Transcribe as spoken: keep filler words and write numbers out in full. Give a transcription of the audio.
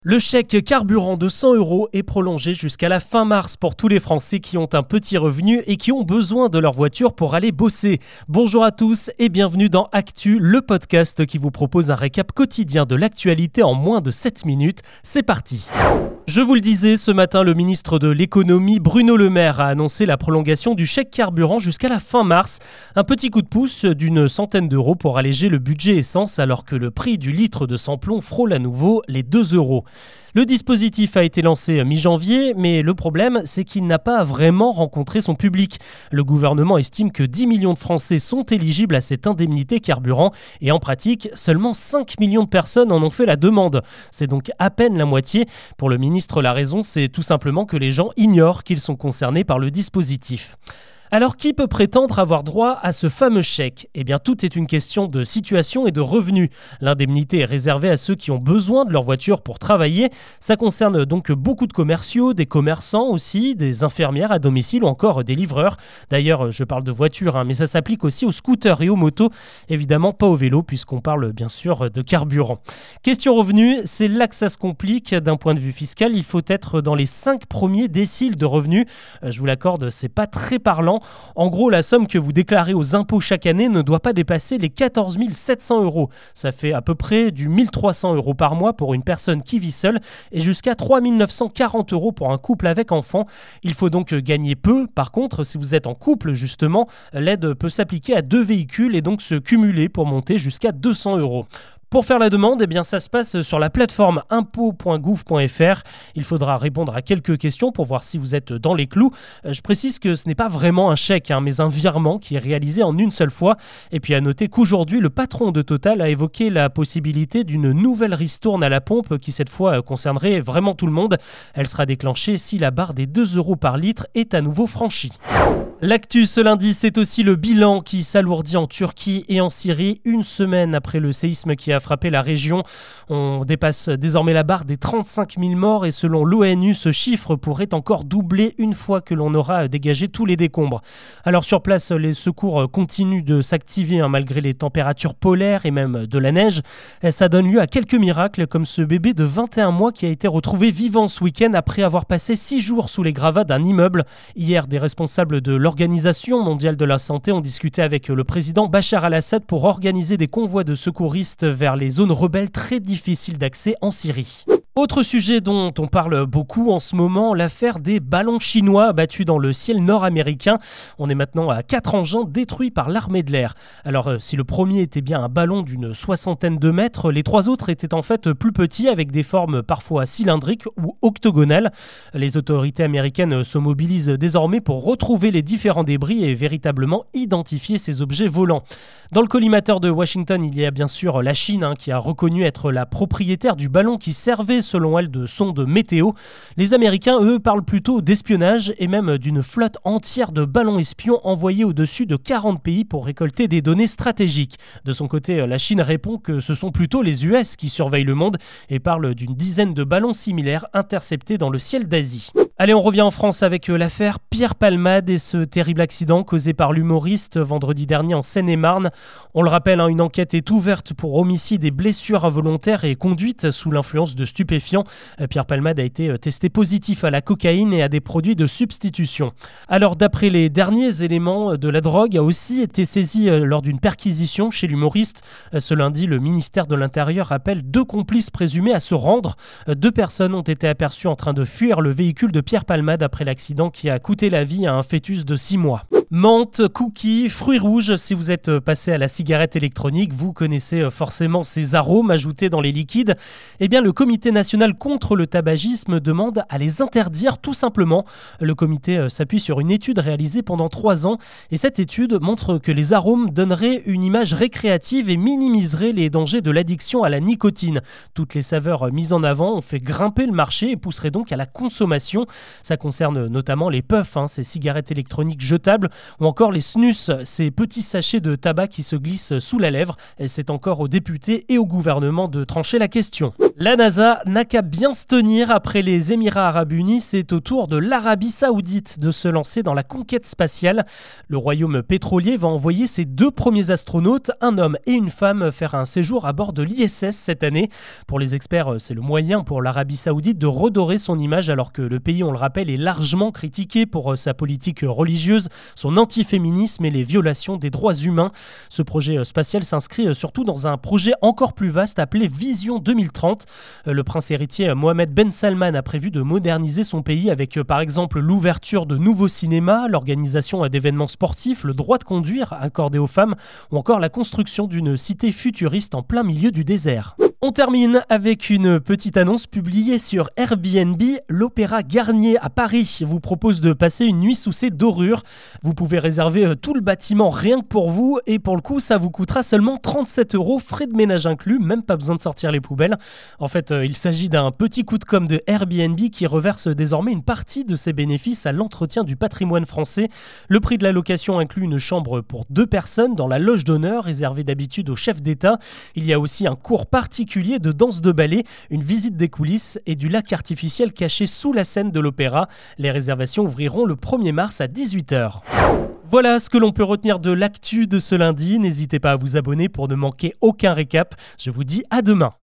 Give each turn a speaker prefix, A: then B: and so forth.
A: Le chèque carburant de cent euros est prolongé jusqu'à la fin mars pour tous les Français qui ont un petit revenu et qui ont besoin de leur voiture pour aller bosser. Bonjour à tous et bienvenue dans Actu, le podcast qui vous propose un récap quotidien de l'actualité en moins de sept minutes. C'est parti. Je vous le disais, ce matin, le ministre de l'économie Bruno Le Maire a annoncé la prolongation du chèque carburant jusqu'à la fin mars. Un petit coup de pouce d'une centaine d'euros pour alléger le budget essence alors que le prix du litre de sans-plomb frôle à nouveau les deux euros. Le dispositif a été lancé mi-janvier, mais le problème, c'est qu'il n'a pas vraiment rencontré son public. Le gouvernement estime que dix millions de Français sont éligibles à cette indemnité carburant et en pratique, seulement cinq millions de personnes en ont fait la demande. C'est donc à peine la moitié. Pour le ministre, la raison, c'est tout simplement que les gens ignorent qu'ils sont concernés par le dispositif. Alors, qui peut prétendre avoir droit à ce fameux chèque ? Eh bien, tout est une question de situation et de revenus. L'indemnité est réservée à ceux qui ont besoin de leur voiture pour travailler. Ça concerne donc beaucoup de commerciaux, des commerçants aussi, des infirmières à domicile ou encore des livreurs. D'ailleurs, je parle de voitures, hein, mais ça s'applique aussi aux scooters et aux motos. Évidemment, pas aux vélos, puisqu'on parle bien sûr de carburant. Question revenus, c'est là que ça se complique. D'un point de vue fiscal, il faut être dans les cinq premiers déciles de revenus. Je vous l'accorde, c'est pas très parlant. En gros, la somme que vous déclarez aux impôts chaque année ne doit pas dépasser les quatorze mille sept cents euros. Ça fait à peu près du mille trois cents euros par mois pour une personne qui vit seule et jusqu'à trois mille neuf cent quarante euros pour un couple avec enfant. Il faut donc gagner peu. Par contre, si vous êtes en couple, justement, l'aide peut s'appliquer à deux véhicules et donc se cumuler pour monter jusqu'à deux cents euros. Pour faire la demande, eh bien, ça se passe sur la plateforme impôts point gouv point fr. Il faudra répondre à quelques questions pour voir si vous êtes dans les clous. Je précise que ce n'est pas vraiment un chèque, hein, mais un virement qui est réalisé en une seule fois. Et puis à noter qu'aujourd'hui, le patron de Total a évoqué la possibilité d'une nouvelle ristourne à la pompe qui cette fois concernerait vraiment tout le monde. Elle sera déclenchée si la barre des deux euros par litre est à nouveau franchie. L'actu ce lundi, c'est aussi le bilan qui s'alourdit en Turquie et en Syrie. Une semaine après le séisme qui a frappé la région, on dépasse désormais la barre des trente-cinq mille morts et selon l'ONU, ce chiffre pourrait encore doubler une fois que l'on aura dégagé tous les décombres. Alors sur place, les secours continuent de s'activer hein, malgré les températures polaires et même de la neige. Ça donne lieu à quelques miracles comme ce bébé de vingt et un mois qui a été retrouvé vivant ce week-end après avoir passé six jours sous les gravats d'un immeuble. Hier, des responsables de l'Organisation mondiale de la santé ont discuté avec le président Bachar al-Assad pour organiser des convois de secouristes vers les zones rebelles très difficiles d'accès en Syrie. Autre sujet dont on parle beaucoup en ce moment, l'affaire des ballons chinois abattus dans le ciel nord-américain. On est maintenant à quatre engins détruits par l'armée de l'air. Alors si le premier était bien un ballon d'une soixantaine de mètres, les trois autres étaient en fait plus petits avec des formes parfois cylindriques ou octogonales. Les autorités américaines se mobilisent désormais pour retrouver les différents débris et véritablement identifier ces objets volants. Dans le collimateur de Washington, il y a bien sûr la Chine hein, qui a reconnu être la propriétaire du ballon qui servait selon elle de sonde météo. Les Américains, eux, parlent plutôt d'espionnage et même d'une flotte entière de ballons espions envoyés au-dessus de quarante pays pour récolter des données stratégiques. De son côté, la Chine répond que ce sont plutôt les U S qui surveillent le monde et parle d'une dizaine de ballons similaires interceptés dans le ciel d'Asie. Allez, on revient en France avec l'affaire Pierre Palmade et ce terrible accident causé par l'humoriste vendredi dernier en Seine-et-Marne. On le rappelle, hein, une enquête est ouverte pour homicide et blessures involontaires et conduite sous l'influence de stupéfiants. Pierre Palmade a été testé positif à la cocaïne et à des produits de substitution. Alors, d'après les derniers éléments, de la drogue a aussi été saisie lors d'une perquisition chez l'humoriste. Ce lundi, le ministère de l'Intérieur appelle deux complices présumés à se rendre. Deux personnes ont été aperçues en train de fuir le véhicule de Pierre Palmade après l'accident qui a coûté la vie à un fœtus de six mois. Menthe, cookies, fruits rouges, si vous êtes passé à la cigarette électronique, vous connaissez forcément ces arômes ajoutés dans les liquides. Eh bien, le Comité national contre le tabagisme demande à les interdire tout simplement. Le comité s'appuie sur une étude réalisée pendant trois ans et cette étude montre que les arômes donneraient une image récréative et minimiseraient les dangers de l'addiction à la nicotine. Toutes les saveurs mises en avant ont fait grimper le marché et pousseraient donc à la consommation. Ça concerne notamment les puffs, hein, ces cigarettes électroniques jetables ou encore les snus, ces petits sachets de tabac qui se glissent sous la lèvre. Et c'est encore aux députés et au gouvernement de trancher la question. La NASA n'a qu'à bien se tenir. Après les Émirats arabes unis, c'est au tour de l'Arabie saoudite de se lancer dans la conquête spatiale. Le royaume pétrolier va envoyer ses deux premiers astronautes, un homme et une femme, faire un séjour à bord de l'I S S cette année. Pour les experts, c'est le moyen pour l'Arabie saoudite de redorer son image alors que le pays, on le rappelle, est largement critiqué pour sa politique religieuse, son antiféminisme et les violations des droits humains. Ce projet spatial s'inscrit surtout dans un projet encore plus vaste appelé Vision deux mille trente. Le prince héritier Mohammed Ben Salman a prévu de moderniser son pays avec par exemple l'ouverture de nouveaux cinémas, l'organisation d'événements sportifs, le droit de conduire accordé aux femmes ou encore la construction d'une cité futuriste en plein milieu du désert. On termine avec une petite annonce publiée sur Airbnb. L'Opéra Garnier à Paris vous propose de passer une nuit sous ses dorures. Vous pouvez réserver tout le bâtiment rien que pour vous et pour le coup ça vous coûtera seulement trente-sept euros, frais de ménage inclus, même pas besoin de sortir les poubelles. En fait, il s'agit d'un petit coup de com' de Airbnb qui reverse désormais une partie de ses bénéfices à l'entretien du patrimoine français. Le prix de la location inclut une chambre pour deux personnes dans la loge d'honneur réservée d'habitude au chef d'État. Il y a aussi un cours particulier de danse de ballet, une visite des coulisses et du lac artificiel caché sous la scène de l'opéra. Les réservations ouvriront le premier mars à dix-huit heures. Voilà ce que l'on peut retenir de l'actu de ce lundi. N'hésitez pas à vous abonner pour ne manquer aucun récap. Je vous dis à demain.